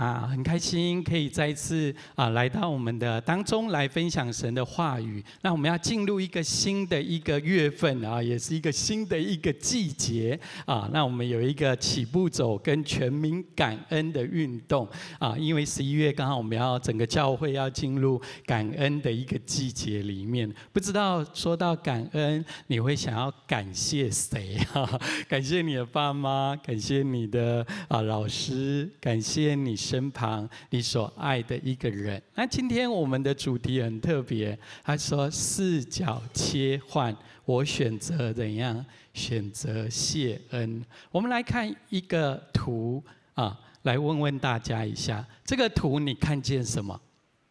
很开心可以再一次来到我们的当中来分享神的话语。那我们要进入一个新的一个月份也是一个新的一个季节那我们有一个起步走跟全民感恩的运动因为11月刚好我们要整个教会要进入感恩的一个季节里面。不知道说到感恩，你会想要感谢谁感谢你的爸妈，感谢你的老师，感谢你身旁你所爱的一个人。那今天我们的主题很特别，他说视角切换，我选择怎样？选择谢恩。我们来看一个图来问问大家一下，这个图你看见什么？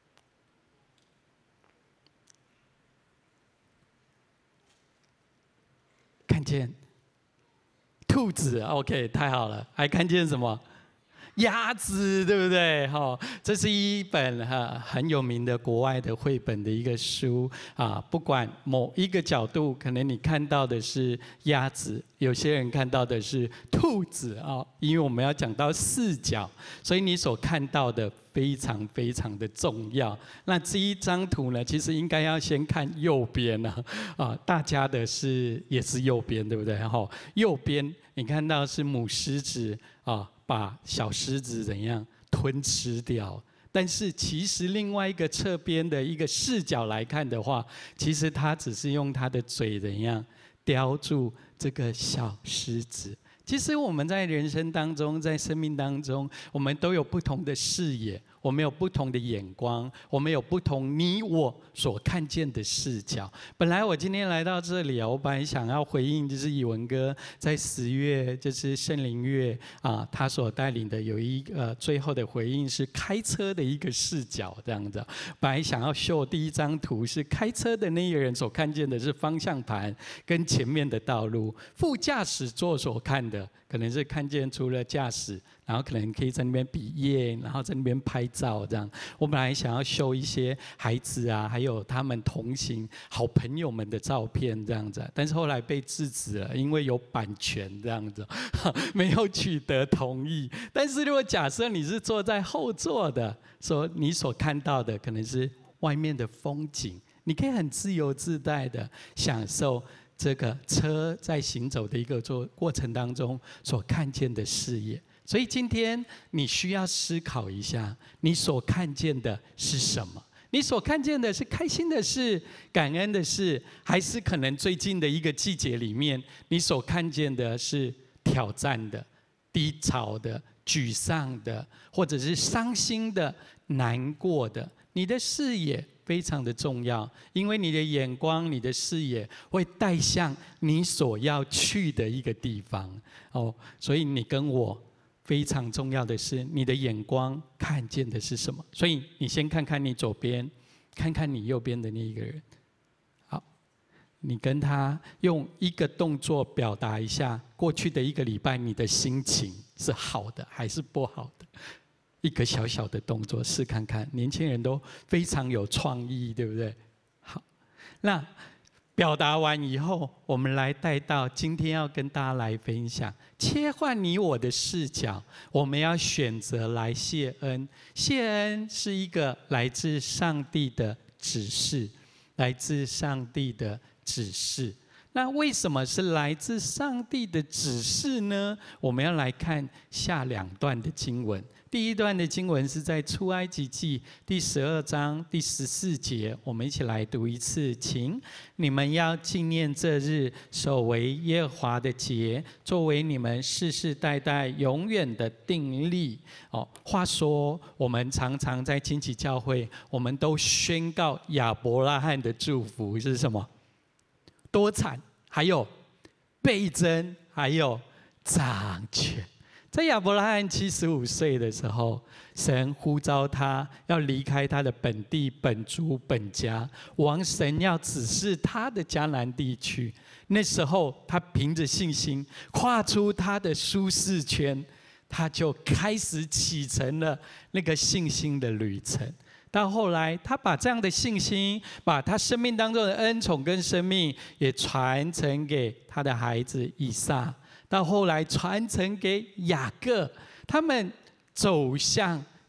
看见兔子 ，OK， 太好了。还看见什么？鸭子，对不对？这是一本很有名的国外的绘本的一个书不管某一个角度，可能你看到的是鸭子，有些人看到的是兔子因为我们要讲到视角，所以你所看到的非常非常的重要。那这一张图呢，其实应该要先看右边大家的也是右边，对不对？右边你看到是母狮子把小狮子怎样吞吃掉？但是其实另外一个侧边的一个视角来看的话，其实它只是用它的嘴怎样叼住这个小狮子。其实我们在人生当中，在生命当中，我们都有不同的视野，我们有不同的眼光，我们有不同你我所看见的视角。本来我今天来到这里我本来想要回应，就是以文哥在10月，就是圣灵月他所带领的有一个最后的回应是开车的一个视角这样子。本来想要秀第一张图是开车的那个人所看见的是方向盘跟前面的道路，副驾驶座所看的可能是看见除了驾驶，然后可能可以在那边比耶，然后在那边拍照这样。我本来想要秀一些孩子还有他们同行好朋友们的照片这样子，但是后来被制止了，因为有版权这样子，没有取得同意。但是如果假设你是坐在后座的，说你所看到的可能是外面的风景，你可以很自由自在的享受这个车在行走的一个过程当中所看见的视野。所以今天你需要思考一下，你所看见的是什么？你所看见的是开心的事、感恩的事，还是可能最近的一个季节里面，你所看见的是挑战的、低潮的、沮丧的，或者是伤心的、难过的？你的视野非常的重要，因为你的眼光、你的视野会带向你所要去的一个地方所以你跟我非常重要的是，你的眼光看见的是什么？所以你先看看你左边，看看你右边的那一个人。好，你跟他用一个动作表达一下，过去的一个礼拜你的心情是好的还是不好的？一个小小的动作，试看看。年轻人都非常有创意，对不对？好，那表达完以后，我们来带到今天要跟大家来分享，切换你我的视角，我们要选择来谢恩。谢恩是一个来自上帝的指示，来自上帝的指示。那为什么是来自上帝的指示呢？我们要来看下2段的经文。第一段的经文是在出埃及记第12章第14节，我们一起来读一次，请你们要纪念这日，守为耶和华的节，作为你们世世代代永远的定例。话说我们常常在惊奇教会，我们都宣告亚伯拉罕的祝福是什么？多产，还有倍增，还有掌权。在亚伯拉罕75岁的时候，神呼召他要离开他的本地、本族、本家，往神要指示他的迦南地区。那时候，他凭着信心跨出他的舒适圈，他就开始启程了那个信心的旅程。到后来，他把这样的信心，把他生命当中的恩宠跟生命，也传承给他的孩子以撒。到后来传承给雅各，他们走向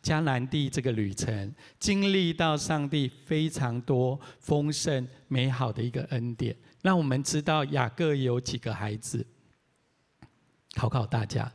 迦南地这个旅程，经历到上帝非常多丰盛美好的一个恩典。让我们知道雅各有几个孩子？考考大家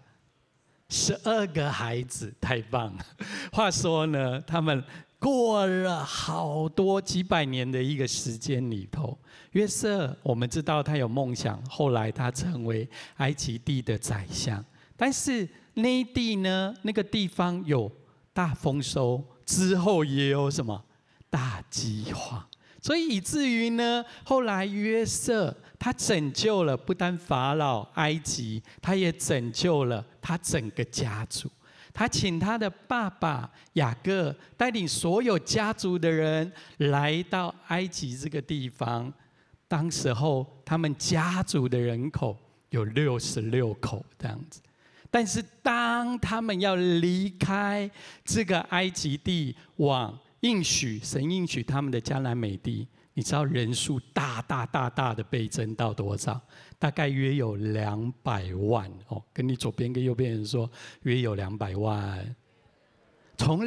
，12个孩子，太棒了。话说呢，他们过了好多几百年的一个时间里头，约瑟我们知道他有梦想，后来他成为埃及地的宰相。但是那一地呢，那个地方有大丰收，之后也有什么大饥荒，所以以至于呢，后来约瑟他拯救了不单法老埃及，他也拯救了他整个家族。他请他的爸爸雅各带领所有家族的人来到埃及这个地方。当时候他们家族的人口有66口这样子。但是当他们要离开这个埃及地，往神应许他们的迦南美地，你知道人数大的倍增到多少？大概约有200万哦。跟你左边跟右边人说，约有200万。从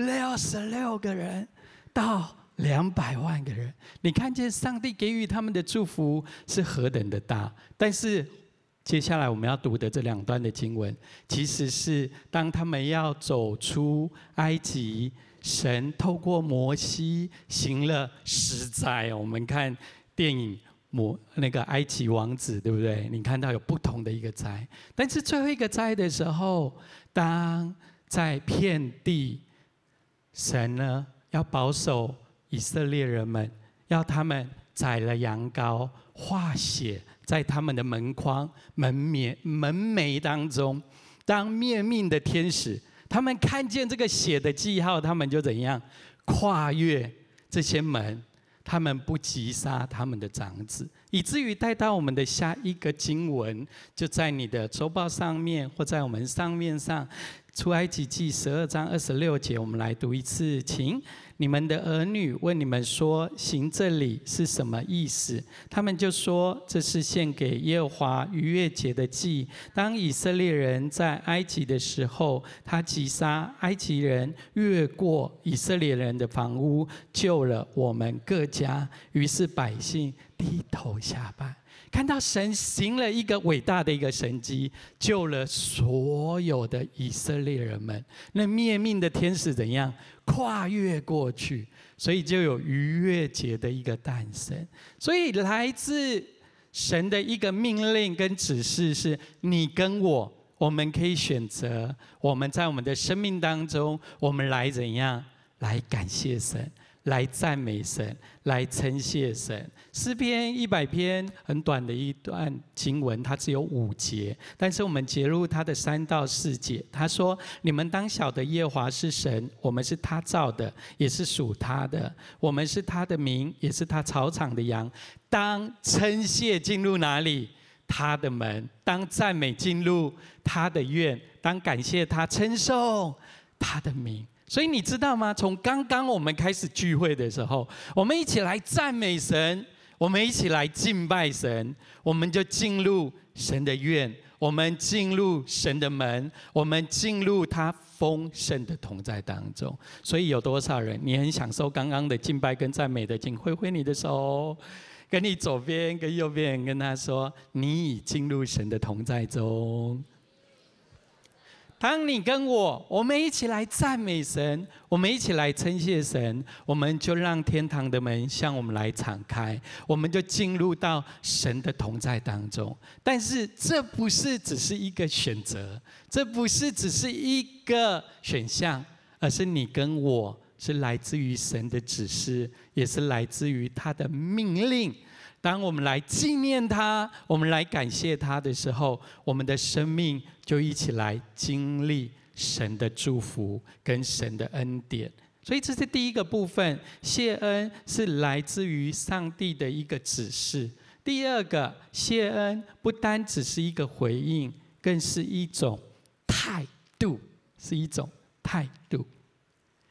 66个人到200万个人，你看见上帝给予他们的祝福是何等的大。但是接下来我们要读的这2段的经文，其实是当他们要走出埃及，神透过摩西行了10灾。我们看电影那个埃及王子，对不对？你看到有不同的一个灾，但是最后一个灾的时候，当在遍地，神呢要保守以色列人们，要他们宰了羊羔，化血在他们的门框、门楣当中。当灭命的天使，他们看见这个血的记号，他们就怎样跨越这些门，他们不击杀他们的长子，以至于带到我们的下一个经文，就在你的周报上面，或在我们上面上。出埃及记12章26节，我们来读一次，请。你们的儿女问你们说：“行这里是什么意思？”他们就说：“这是献给耶和华逾越节的祭。当以色列人在埃及的时候，他击杀埃及人，越过以色列人的房屋，救了我们各家。于是百姓低头下拜。”看到神行了一个伟大的一个神迹，救了所有的以色列人们。那灭命的天使怎样跨越过去？所以就有逾越节的一个诞生。所以来自神的一个命令跟指示是：你跟我们可以选择，我们在我们的生命当中，我们来怎样来感谢神，来赞美神，来称谢神。诗篇100篇很短的一段经文，它只有5节，但是我们截入它的3到4节。他说：“你们当晓得耶和华是神，我们是他造的，也是属他的。我们是他的民，也是他草场的羊。当称谢进入哪里？他的门；当赞美进入他的院；当感谢他，称颂他的名。”所以你知道吗？从刚刚我们开始聚会的时候，我们一起来赞美神，我们一起来敬拜神，我们就进入神的院，我们进入神的门，我们进入他丰盛的同在当中。所以有多少人你很享受刚刚的敬拜跟赞美的？请挥挥你的手，跟你左边跟右边人跟他说：你已进入神的同在中。当你跟我们一起来赞美神，我们一起来称谢神，我们就让天堂的门向我们来敞开，我们就进入到神的同在当中。但是这不是只是一个选择，这不是只是一个选项，而是你跟我是来自于神的指示，也是来自于他的命令。当我们来纪念他，我们来感谢他的时候，我们的生命就一起来经历神的祝福跟神的恩典。所以这是第一个部分，谢恩是来自于上帝的一个指示。第二个，谢恩不单只是一个回应，更是一种态度，是一种态度。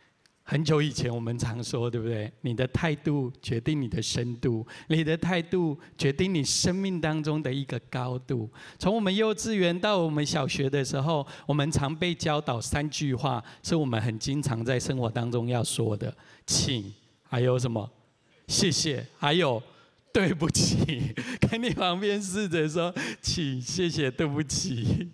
很久以前我们常说，对不对？你的态度决定你的深度，你的态度决定你生命当中的一个高度。从我们幼稚园到我们小学的时候，我们常被教导3句话，是我们很经常在生活当中要说的：请，还有什么？谢谢，还有对不起。跟你旁边试着说：请、谢谢、对不起。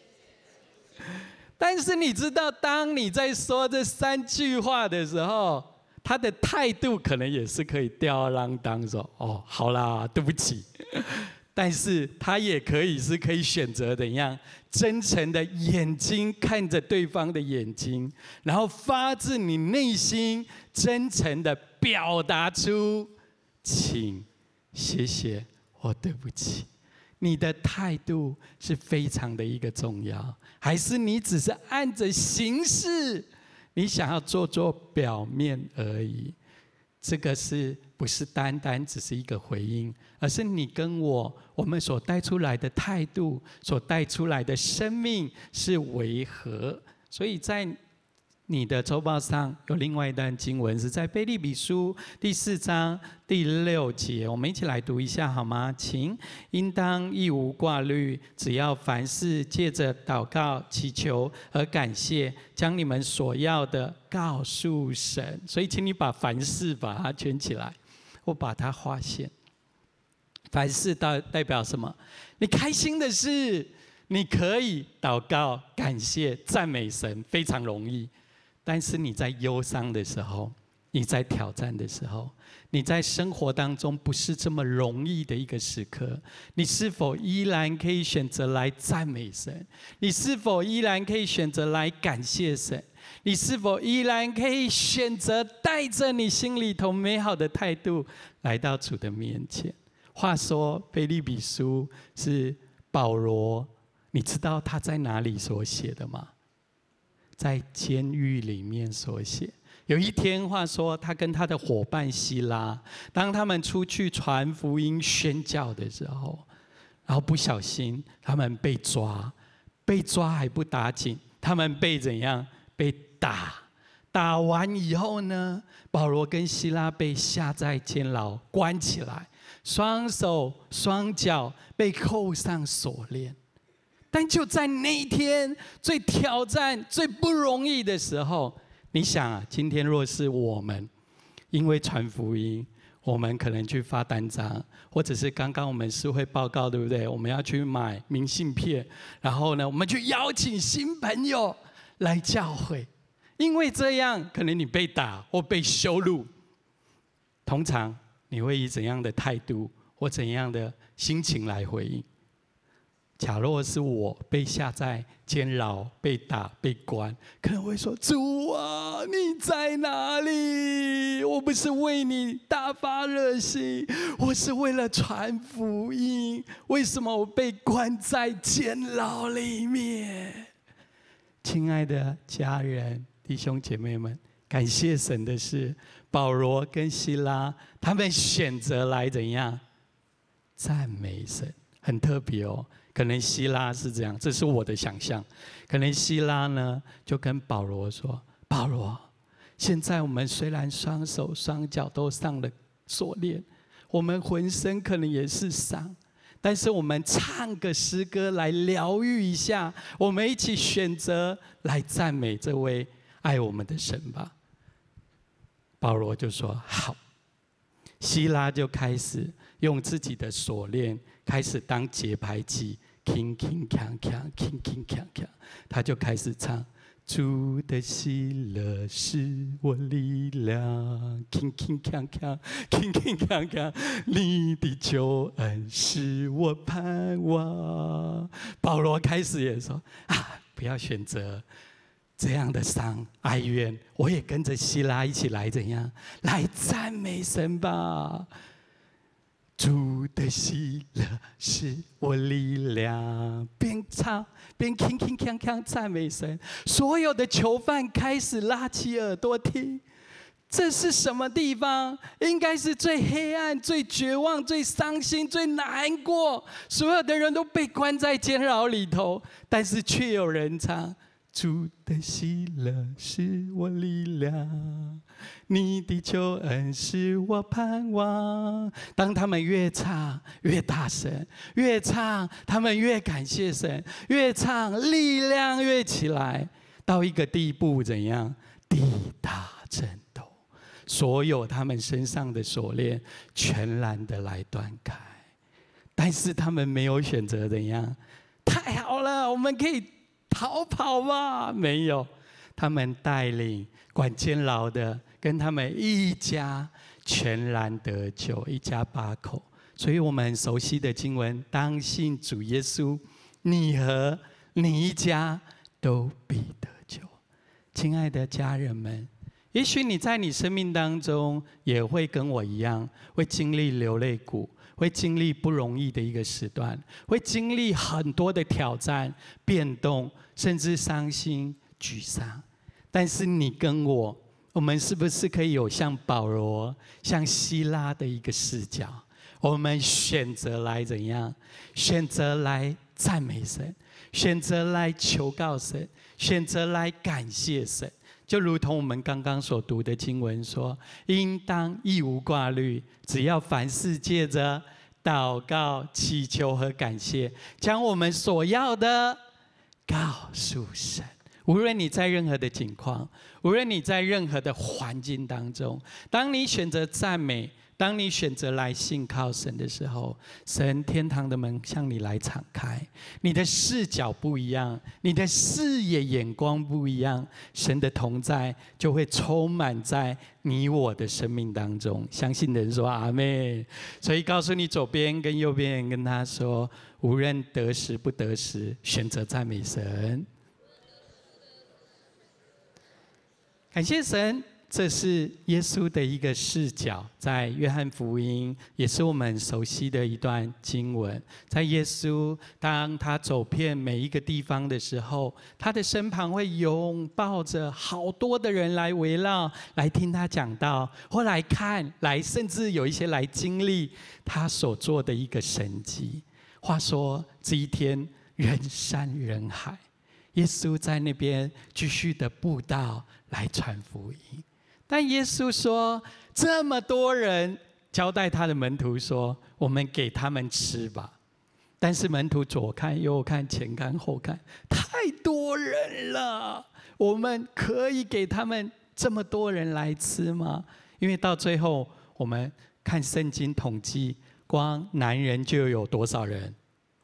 但是你知道，当你在说这3句话的时候，他的态度可能也是可以吊儿郎当说：哦，好啦，对不起。但是他也可以选择怎样真诚的眼睛看着对方的眼睛，然后发自你内心真诚的表达出请、谢谢或对不起。你的态度是非常的一个重要，还是你只是按着形式，你想要做表面而已？这个是不是单单只是一个回应，而是你跟我们所带出来的态度，所带出来的生命是为何？所以在你的周报上有另外一段经文，是在腓立比书第4章第6节，我们一起来读一下好吗？请，应当一无挂虑，只要凡事借着祷告、祈求和感谢，将你们所要的告诉神。所以，请你把凡事把它圈起来，或把它划线。凡事代表什么？你开心的事，你可以祷告、感谢、赞美神，非常容易。但是你在忧伤的时候，你在挑战的时候，你在生活当中不是这么容易的一个时刻，你是否依然可以选择来赞美神？你是否依然可以选择来感谢神？你是否依然可以选择带着你心里头美好的态度来到主的面前？话说腓立比书是保罗，你知道他在哪里所写的吗？在监狱里面所写。有一天，话说他跟他的伙伴希拉，当他们出去传福音宣教的时候，然后不小心他们被抓还不打紧，他们被怎样？被打。打完以后呢，保罗跟希拉被下在监牢关起来，双手双脚被扣上锁链。但就在那一天最挑战、最不容易的时候，你想啊，今天若是我们因为传福音，我们可能去发单张，或者是刚刚我们诗会报告，对不对？我们要去买明信片，然后呢，我们去邀请新朋友来教会，因为这样可能你被打或被羞辱，通常你会以怎样的态度或怎样的心情来回应？假若是我被下在监牢、被打、被关，可能会说：“主啊，你在哪里？我不是为你大发热心，我是为了传福音。为什么我被关在监牢里面？”亲爱的家人、弟兄姐妹们，感谢神的是，保罗跟希拉他们选择来怎样赞美神，很特别哦。可能希拉是这样，这是我的想象。可能希拉呢，就跟保罗说：“保罗，现在我们虽然双手双脚都上了锁链，我们浑身可能也是伤，但是我们唱个诗歌来疗愈一下，我们一起选择来赞美这位爱我们的神吧。”保罗就说：“好。”希拉就开始用自己的锁链开始当节拍器，铿铿锵锵，铿铿锵锵，他就开始唱：“主的喜乐是我力量，铿铿锵锵，铿铿锵锵，你的救恩是我盼望。”保罗开始也说：“啊，不要选择这样的伤哀怨，我也跟着希拉一起来怎样来赞美神吧。主的喜乐是我力量，边唱边铿铿锵锵赞美神。所有的囚犯开始拉起耳朵听，这是什么地方？应该是最黑暗、最绝望、最伤心、最难过。所有的人都被关在监牢里头，但是却有人唱： 主的喜乐是我力量，你的救恩是我盼望。当他们越唱越大声，越唱他们越感谢神，越唱力量越起来，到一个地步，怎样？地大震动，所有他们身上的锁链全然的来断开。但是他们没有选择怎样？太好了，我们可以逃跑吧？没有，他们带领管监牢的跟他们一家全然得救，一家8口。所以我们很熟悉的经文：当信主耶稣，你和你一家都必得救。亲爱的家人们，也许你在你生命当中也会跟我一样，会经历流泪谷，会经历不容易的一个时段，会经历很多的挑战、变动，甚至伤心、沮丧。但是你跟我们是不是可以有像保罗、像希拉的一个视角？我们选择来怎样？选择来赞美神，选择来求告神，选择来感谢神。就如同我们刚刚所读的经文说，应当一无挂虑，只要凡事借着祷告、祈求和感谢，将我们所要的告诉神。无论你在任何的境况，无论你在任何的环境当中，当你选择赞美，当你选择来信靠神的时候，神天堂的门向你来敞开，你的视角不一样，你的视野眼光不一样，神的同在就会充满在你我的生命当中。相信的人说阿们。所以告诉你左边跟右边人，跟他说，无论得时不得时，选择赞美神。感谢神，这是耶稣的一个视角，在约翰福音也是我们很熟悉的一段经文。在耶稣当他走遍每一个地方的时候，他的身旁会拥抱着好多的人来围绕，来听他讲道，或来看，甚至有一些来经历他所做的一个神迹。话说这一天人山人海，耶稣在那边继续的布道来传福音。但耶稣说，这么多人，交代他的门徒说，我们给他们吃吧。但是门徒左看右看，前看后看，太多人了，我们可以给他们这么多人来吃吗？因为到最后我们看圣经统计，光男人就有多少人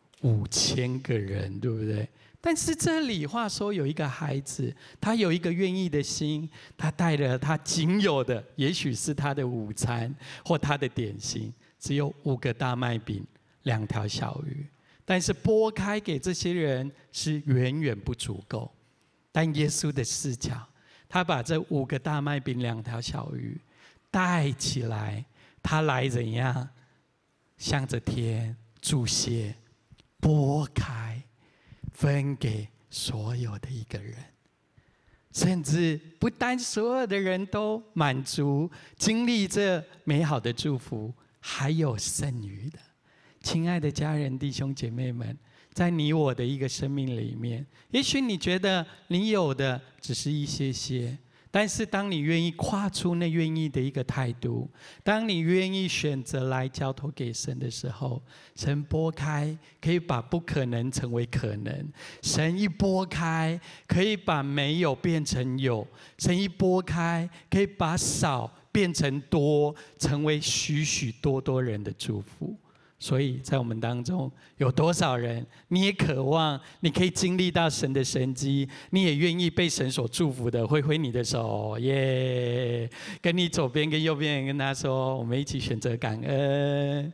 ？5000个人，对不对？但是这里话说，有一个孩子，他有一个愿意的心，他带了他仅有的，也许是他的午餐或他的点心，只有5个大麦饼、2条小鱼，但是拨开给这些人是远远不足够。但耶稣的视角，他把这5个大麦饼、2条小鱼带起来，他来怎样？向着天祝谢，拨开，分给所有的一个人，甚至不但所有的人都满足经历这美好的祝福，还有剩余的。亲爱的家人弟兄姐妹们，在你我的一个生命里面，也许你觉得你有的只是一些些，但是当你愿意跨出那愿意的一个态度，当你愿意选择来交托给神的时候，神拨开可以把不可能成为可能，神一拨开可以把没有变成有，神一拨开可以把少变成多，成为许许多多人的祝福。所以在我们当中有多少人，你也渴望你可以经历到神的神迹，你也愿意被神所祝福的，挥挥你的手，耶！跟你左边跟右边人跟他说，我们一起选择感恩。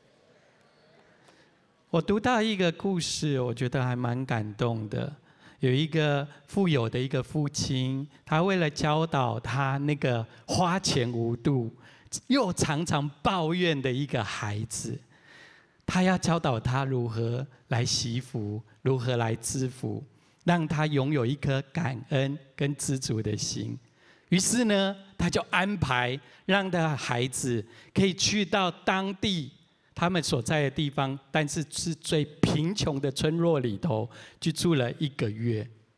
我读到一个故事，我觉得还蛮感动的。有一个富有的一个父亲，他为了教导他那个花钱无度又常常抱怨的一个孩子，他要教导他如何来惜福，如何来知福，让他拥有一颗感恩跟知足的心。于是呢，他就安排让他的孩子可以去到当地他们所在的地方，但是是最贫穷的村落里头去住了1个月。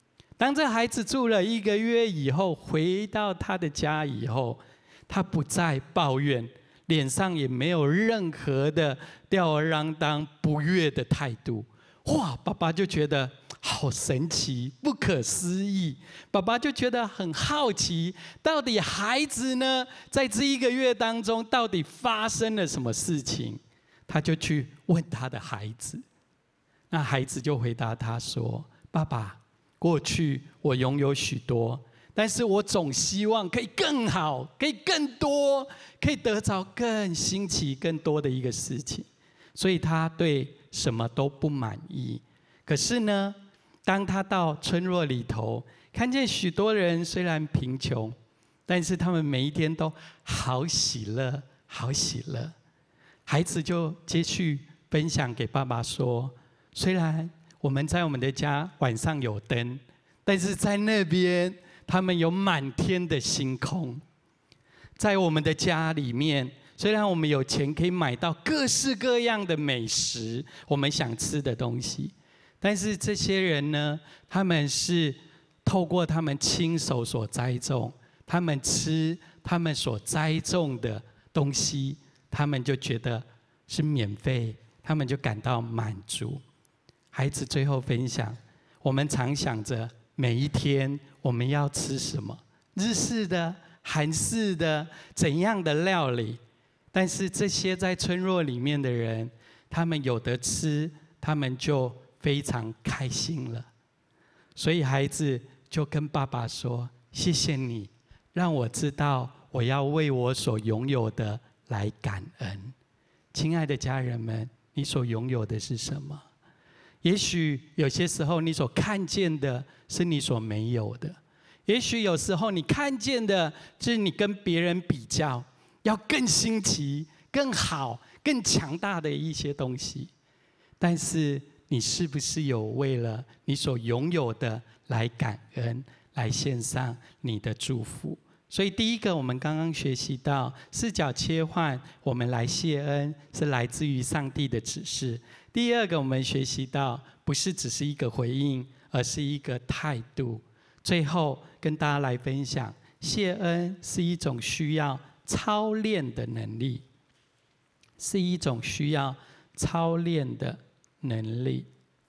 当这孩子住了1个月以后，回到他的家以后，他不再抱怨，脸上也没有任何的吊儿郎当、不悦的态度。哇，爸爸就觉得好神奇，不可思议。爸爸就觉得很好奇，到底孩子呢，在这1个月当中，到底发生了什么事情？他就去问他的孩子，那孩子就回答他说：“爸爸，过去我拥有许多，但是我总希望可以更好，可以更多，可以得着更新奇、更多的一个事情。所以他对什么都不满意。可是呢，当他到村落里头，看见许多人虽然贫穷，但是他们每一天都好喜乐，好喜乐。”孩子就接续分享给爸爸说：“虽然我们在我们的家晚上有灯，但是在那边他们有满天的星空。在我们的家里面，虽然我们有钱可以买到各式各样的美食，我们想吃的东西，但是这些人呢，他们是透过他们亲手所栽种，他们吃他们所栽种的东西。”他们就觉得是免费，他们就感到满足。孩子最后分享：我们常想着每一天我们要吃什么，日式的、韩式的，怎样的料理。但是这些在村落里面的人，他们有得吃，他们就非常开心了。所以孩子就跟爸爸说：“谢谢你，让我知道我要为我所拥有的来感恩。”亲爱的家人们，你所拥有的是什么？也许有些时候你所看见的是你所没有的，也许有时候你看见的是你跟别人比较要更新奇、更好、更强大的一些东西。但是你是不是有为了你所拥有的来感恩，来献上你的祝福？所以第一个，我们刚刚学习到视角切换，我们来谢恩是来自于上帝的指示。第二个，我们学习到不是只是一个回应，而是一个态度。最后跟大家来分享，谢恩是一种需要操练的能力，是一种需要操练的能力。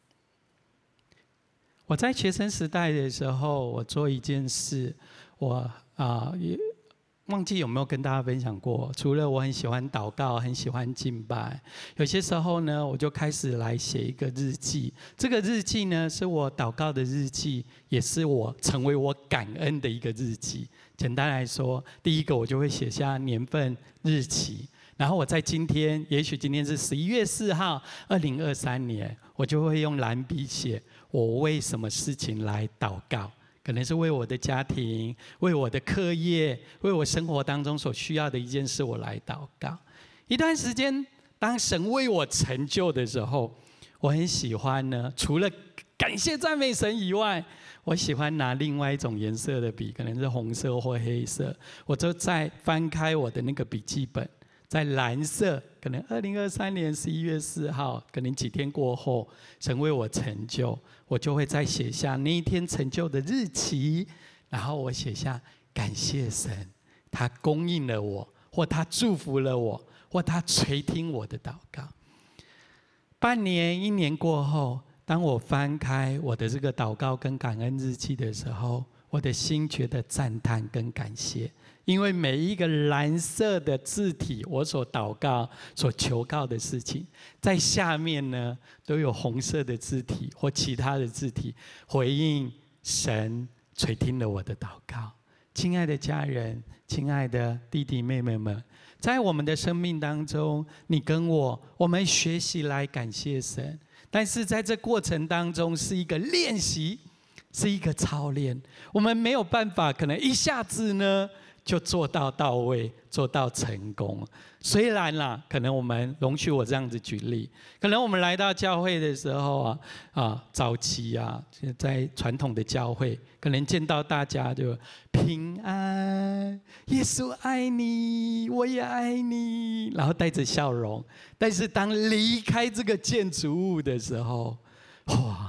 我在学生时代的时候，我做一件事，我也忘记有没有跟大家分享过。除了我很喜欢祷告，很喜欢敬拜，有些时候呢，我就开始来写一个日记。这个日记呢，是我祷告的日记，也是我成为我感恩的一个日记。简单来说，第一个我就会写下年份、日期，然后我在今天，也许今天是11月4号，2023年，我就会用蓝笔写我为什么事情来祷告。可能是为我的家庭，为我的课业，为我生活当中所需要的一件事，我来祷告。一段时间，当神为我成就的时候，我很喜欢呢，除了感谢赞美神以外，我喜欢拿另外一种颜色的笔，可能是红色或黑色，我就再翻开我的那个笔记本，在蓝色，可能2023年11月4号，可能几天过后，神为我成就，我就会再写下那一天成就的日期，然后我写下感谢神，他供应了我，或他祝福了我，或他垂听我的祷告。半年、1年过后，当我翻开我的这个祷告跟感恩日记的时候，我的心觉得赞叹跟感谢。因为每一个蓝色的字体，我所祷告、所求告的事情，在下面呢，都有红色的字体或其他的字体回应神垂听了我的祷告。亲爱的家人，亲爱的弟弟妹妹们，在我们的生命当中，你跟我们学习来感谢神，但是在这过程当中是一个练习，是一个操练。我们没有办法，可能一下子呢，就做到位，做到成功。虽然啦，可能我们容许我这样子举例，可能我们来到教会的时候早期在传统的教会，可能见到大家就平安，耶稣爱你，我也爱你，然后带着笑容。但是当离开这个建筑物的时候，哇！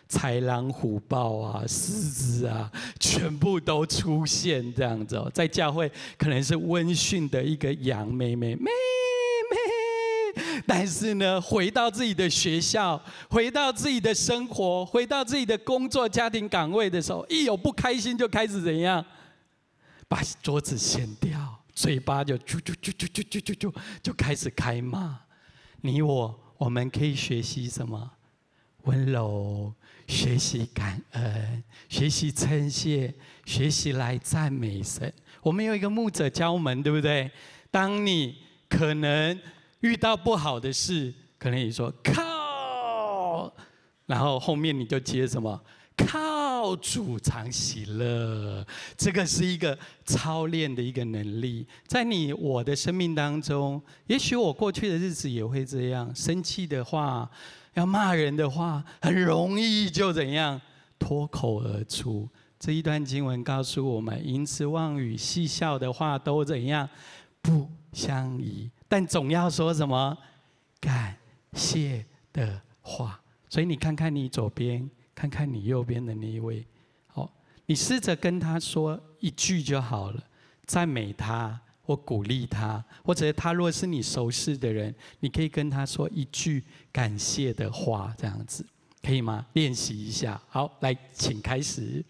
豺狼虎豹啊、狮子啊，全部都出现这样子哦。在教会可能是温驯的一个羊妹妹，但是呢，回到自己的学校，回到自己的生活，回到自己的工作、家庭岗位的时候，一有不开心就开始怎样？把桌子掀掉，嘴巴就就开始开骂。你我们可以学习什么？温柔，学习感恩，学习称谢，学习来赞美神。我们有一个牧者教我们，对不对？当你可能遇到不好的事，可能你说靠，然后后面你就接什么？靠主常喜乐。这个是一个操练的一个能力，在我的生命当中，也许我过去的日子也会这样，生气的话，要骂人的话，很容易就怎样脱口而出。这一段经文告诉我们，淫词妄语、戏笑的话都怎样不相宜，但总要说什么感谢的话。所以你看看你左边，看看你右边的那一位，好，你试着跟他说一句就好了，赞美他或鼓励他，或者他若是你熟识的人，你可以跟他说一句感谢的话，这样子可以吗？练习一下。好，来，请开始。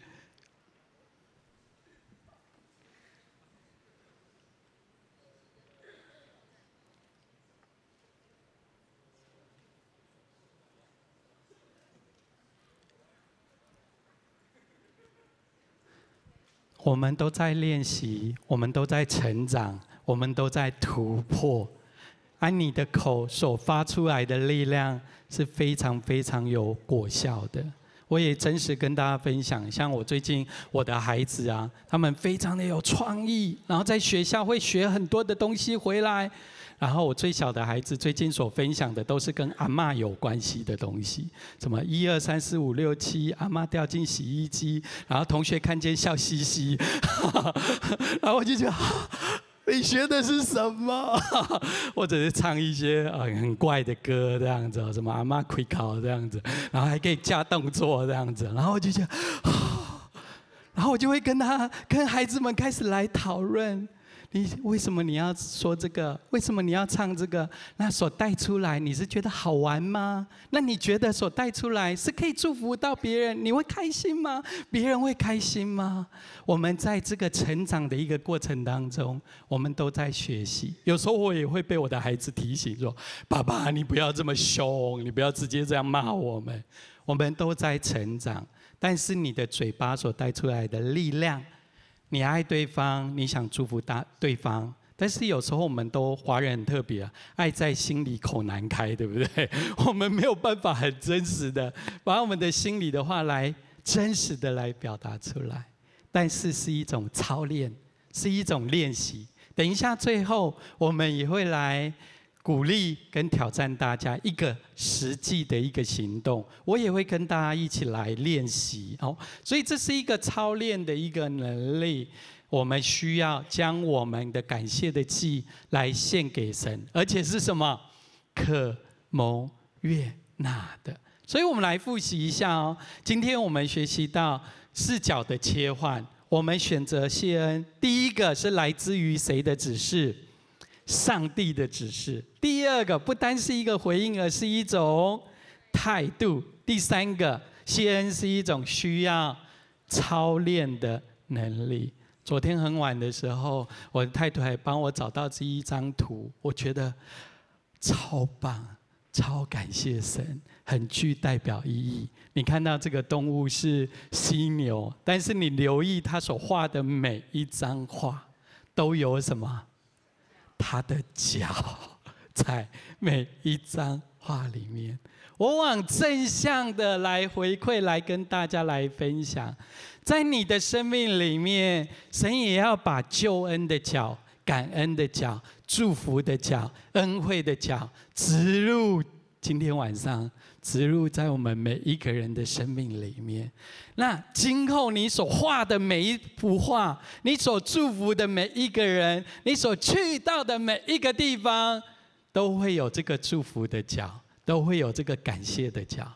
我们都在练习，我们都在成长，我们都在突破。而你的口所发出来的力量是非常非常有果效的。我也真实跟大家分享，像我最近我的孩子啊，他们非常的有创意，然后在学校会学很多的东西回来。然后我最小的孩子最近所分享的都是跟阿嬷有关系的东西，什么1、2、3、4、5、6、7，阿嬷掉进洗衣机，然后同学看见笑嘻嘻，然后我就觉得，你学的是什么？或者是唱一些很怪的歌这样子，什么阿嬷开口这样子，然后还可以加动作这样子，然后我就觉得，然后我就会跟孩子们开始来讨论。为什么你要说这个？为什么你要唱这个？那所带出来，你是觉得好玩吗？那你觉得所带出来是可以祝福到别人，你会开心吗？别人会开心吗？我们在这个成长的一个过程当中，我们都在学习。有时候我也会被我的孩子提醒说：“爸爸，你不要这么凶，你不要直接这样骂我们。”我们都在成长，但是你的嘴巴所带出来的力量。你爱对方，你想祝福对方，但是有时候我们都华人很特别，爱在心里口难开，对不对？我们没有办法很真实的把我们的心里的话来真实的来表达出来，但是是一种操练，是一种练习。等一下最后我们也会来鼓励跟挑战大家一个实际的一个行动，我也会跟大家一起来练习。所以这是一个操练的一个能力，我们需要将我们的感谢的祭来献给神，而且是什么？可蒙悦纳的。所以我们来复习一下哦。今天我们学习到视角的切换，我们选择谢恩，第一个是来自于谁的指示？上帝的指示。第二个不单是一个回应，而是一种态度。第三个，谢恩是一种需要操练的能力。昨天很晚的时候，我的太太帮我找到这一张图，我觉得超棒，超感谢神，很具代表意义。你看到这个动物是犀牛，但是你留意他所画的每一张画都有什么？他的脚在每一张画里面，我往正向的来回馈，来跟大家来分享，在你的生命里面，神也要把救恩的脚、感恩的脚、祝福的脚、恩惠的脚植入今天晚上，植入在我们每一个人的生命里面。那今后你所画的每一幅画，你所祝福的每一个人，你所去到的每一个地方，都会有这个祝福的脚，都会有这个感谢的脚。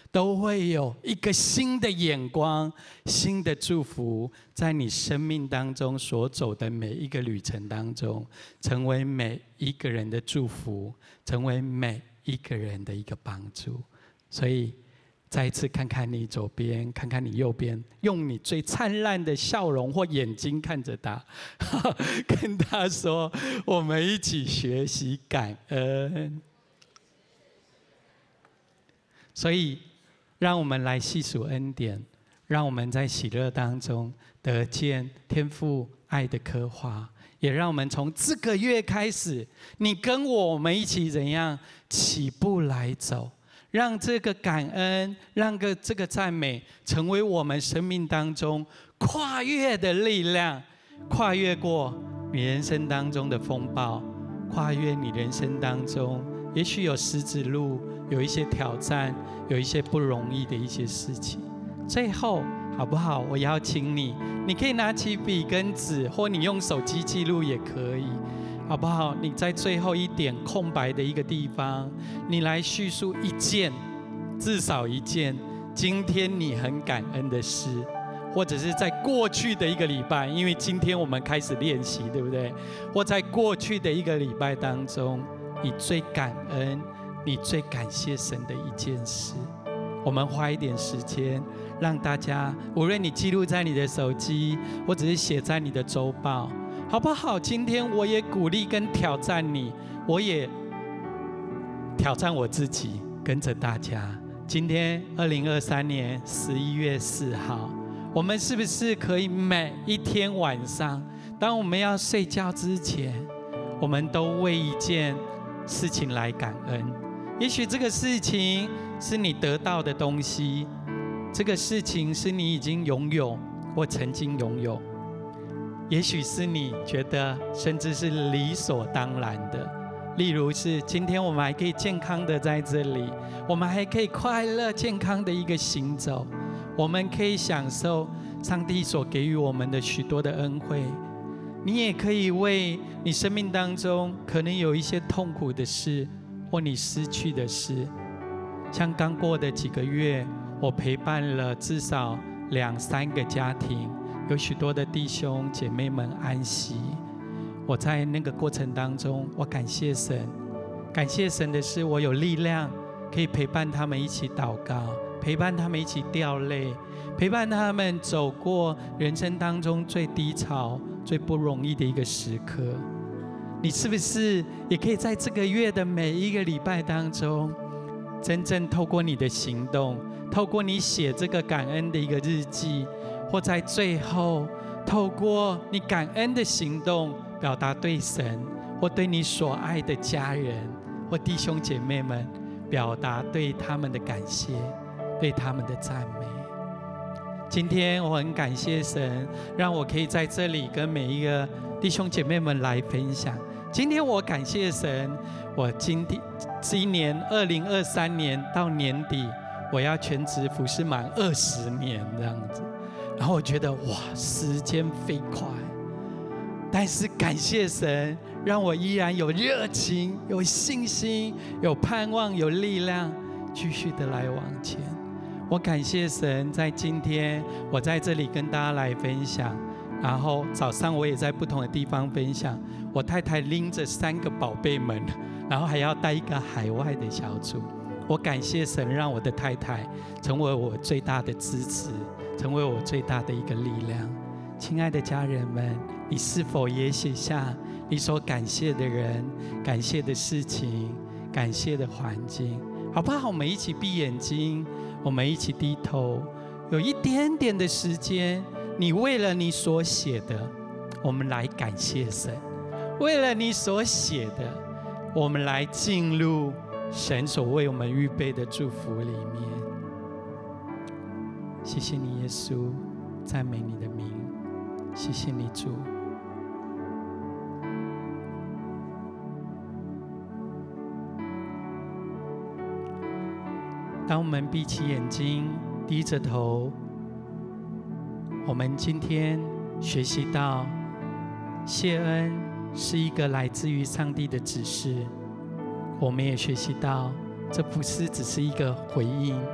都会有一个新的眼光、新的祝福，在你生命当中所走的每一个旅程当中，成为每一个人的祝福，成为每一个人的一个帮助。所以，再一次看看你左边，看看你右边，用你最灿烂的笑容或眼睛看着他，跟他说：“我们一起学习感恩。”所以，让我们来细数恩典，让我们在喜乐当中得见天父爱的刻画，也让我们从这个月开始，你跟我们一起怎样起步来走，让这个感恩，让这个赞美成为我们生命当中跨越的力量，跨越过你人生当中的风暴，跨越你人生当中也许有十字路，有一些挑战，有一些不容易的一些事情。最后好不好？我邀请你，你可以拿起笔跟纸，或你用手机记录也可以，好不好？你在最后一点空白的一个地方，你来叙述一件，至少一件今天你很感恩的事，或者是在过去的一个礼拜，因为今天我们开始练习，对不对？或在过去的一个礼拜当中，你最感恩、你最感谢神的一件事。我们花一点时间，让大家，无论你记录在你的手机，或者是写在你的周报，好不好？今天我也鼓励跟挑战你，我也挑战我自己，跟着大家。今天2023年11月4号，我们是不是可以每一天晚上，当我们要睡觉之前，我们都为一件事情来感恩？也许这个事情是你得到的东西，这个事情是你已经拥有或曾经拥有，也许是你觉得甚至是理所当然的。例如是今天我们还可以健康的在这里，我们还可以快乐健康的一个行走，我们可以享受上帝所给予我们的许多的恩惠。你也可以为你生命当中可能有一些痛苦的事，或你失去的事，像刚过的几个月，我陪伴了至少2-3个家庭，有许多的弟兄姐妹们安息。我在那个过程当中，我感谢神，感谢神的是，我有力量可以陪伴他们一起祷告，陪伴他们一起掉泪，陪伴他们走过人生当中最低潮、最不容易的一个时刻。你是不是也可以在这个月的每一个礼拜当中，真正透过你的行动，透过你写这个感恩的一个日记，或在最后透过你感恩的行动，表达对神或对你所爱的家人或弟兄姐妹们，表达对他们的感谢，对他们的赞美。今天我很感谢神，让我可以在这里跟每一个弟兄姐妹们来分享。今天我感谢神，我今年2023年到年底，我要全职服侍满20年这样子。然后我觉得哇，时间飞快，但是感谢神，让我依然有热情、有信心、有盼望、有力量，继续的来往前。我感谢神，在今天我在这里跟大家来分享，然后早上我也在不同的地方分享。我太太拎着3个宝贝们，然后还要带一个海外的小组。我感谢神，让我的太太成为我最大的支持，成为我最大的一个力量。亲爱的家人们，你是否也写下你所感谢的人、感谢的事情、感谢的环境？好不好？我们一起闭眼睛，我们一起低头，有一点点的时间，你为了你所写的，我们来感谢神；为了你所写的，我们来进入神所为我们预备的祝福里面。谢谢你，耶稣，赞美你的名。谢谢你，主。当我们闭起眼睛，低着头，我们今天学习到谢恩是一个来自于上帝的指示。我们也学习到，这不是只是一个回应，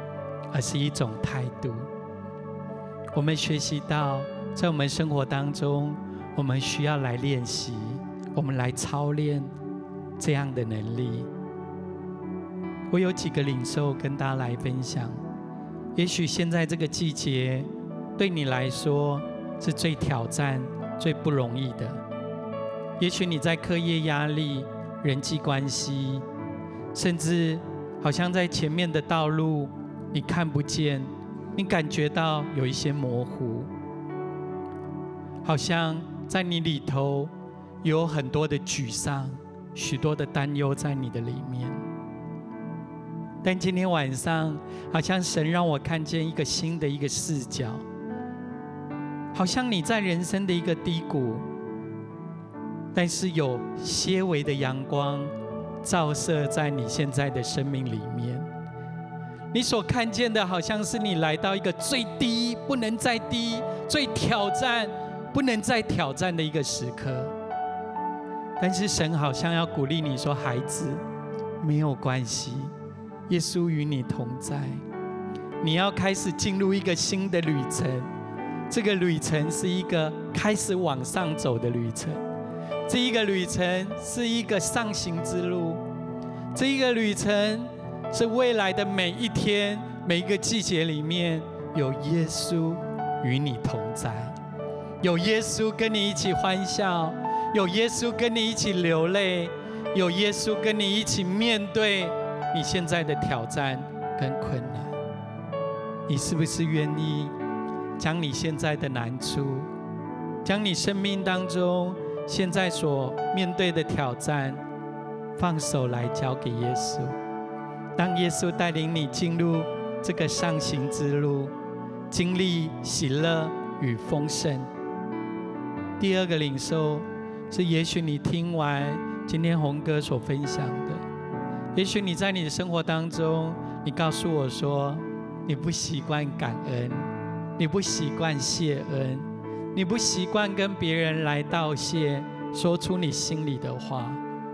而是一种态度。我们学习到，在我们生活当中，我们需要来练习，我们来操练这样的能力。我有几个领受跟大家来分享。也许现在这个季节对你来说是最挑战、最不容易的。也许你在课业压力、人际关系，甚至好像在前面的道路你看不见，你感觉到有一些模糊，好像在你里头有很多的沮丧，许多的担忧在你的里面。但今天晚上，好像神让我看见一个新的一个视角，好像你在人生的一个低谷，但是有些微的阳光照射在你现在的生命里面。你所看见的好像是你来到一个最低不能再低，最挑战不能再挑战的一个时刻。但是神好像要鼓励你说，孩子，没有关系，耶稣与你同在。你要开始进入一个新的旅程，这个旅程是一个开始往上走的旅程，这一个旅程是一个上行之路，这一个旅程是未来的每一天、每一个季节里面有耶稣与你同在，有耶稣跟你一起欢笑，有耶稣跟你一起流泪，有耶稣跟你一起面对你现在的挑战跟困难。你是不是愿意将你现在的难处，将你生命当中现在所面对的挑战放手来交给耶稣，让耶稣带领你进入这个上行之路，经历喜乐与丰盛。第二个领受是，也许你听完今天洪哥所分享的，也许你在你的生活当中，你告诉我说，你不习惯感恩，你不习惯谢恩，你不习惯跟别人来道谢，说出你心里的话。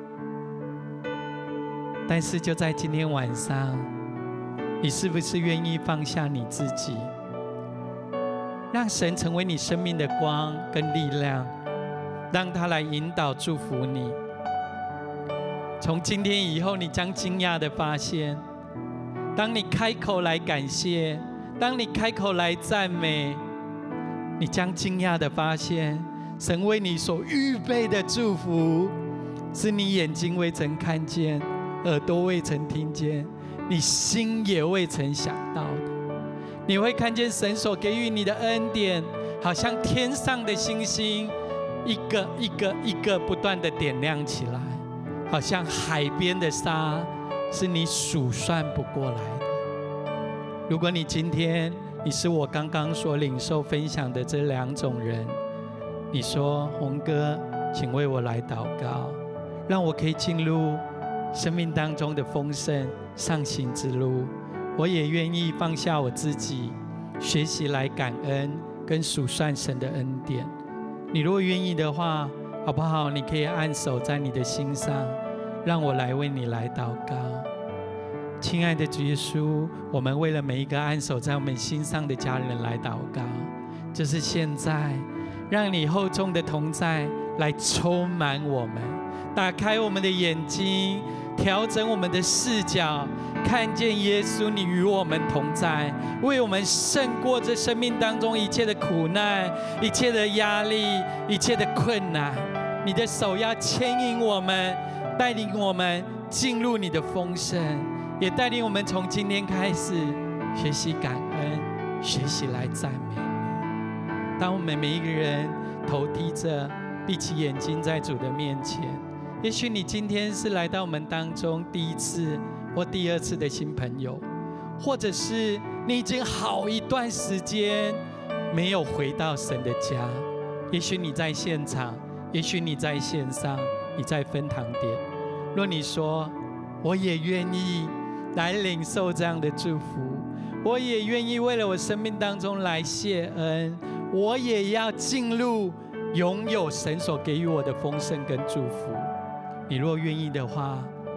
但是就在今天晚上，你是不是愿意放下你自己，让神成为你生命的光跟力量，让他来引导祝福你。从今天以后，你将惊讶地发现，当你开口来感谢，当你开口来赞美，你将惊讶地发现，神为你所预备的祝福，是你眼睛未曾看见，耳朵未曾听见，你心也未曾想到的。你会看见神所给予你的恩典，好像天上的星星，一个一个一个不断的点亮起来，好像海边的沙，是你数算不过来的。如果你今天你是我刚刚所领受分享的这两种人，你说，洪哥，请为我来祷告，让我可以进入生命当中的丰盛上行之路。我也愿意放下我自己，学习来感恩跟数算神的恩典。你如果愿意的话，好不好？你可以按手在你的心上，让我来为你来祷告。亲爱的主耶稣，我们为了每一个按手在我们心上的家人来祷告，就是现在，让你厚重的同在来充满我们，打开我们的眼睛，调整我们的视角，看见耶稣你与我们同在，为我们胜过这生命当中一切的苦难，一切的压力，一切的困难。你的手要牵引我们，带领我们进入你的丰盛，也带领我们从今天开始学习感恩，学习来赞美你。当我们每一个人头低着，闭起眼睛在主的面前，也许你今天是来到我们当中第一次或第二次的新朋友，或者是你已经好一段时间没有回到神的家。也许你在现场，也许你在线上，你在分堂点。若你说，我也愿意来领受这样的祝福，我也愿意为了我生命当中来谢恩，我也要进入拥有神所给予我的丰盛跟祝福。你若愿意的话，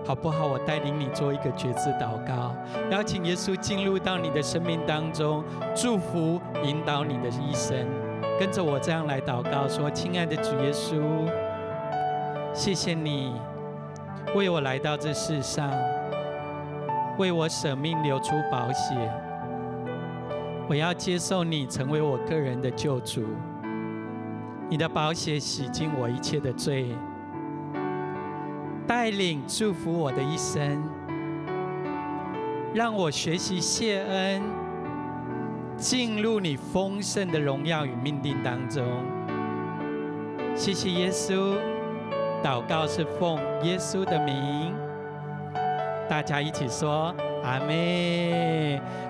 好不好？我带领你做一个决志祷告，邀请耶稣进入到你的生命当中，祝福引导你的一生。跟着我这样来祷告说：亲爱的主耶稣，谢谢你为我来到这世上，为我舍命流出宝血。我要接受你成为我个人的救主，你的宝血洗净我一切的罪，带领祝福我的一生，让我学习谢恩，进入你丰盛的荣耀与命定当中。谢谢耶稣，祷告是奉耶稣的名，大家一起说阿们。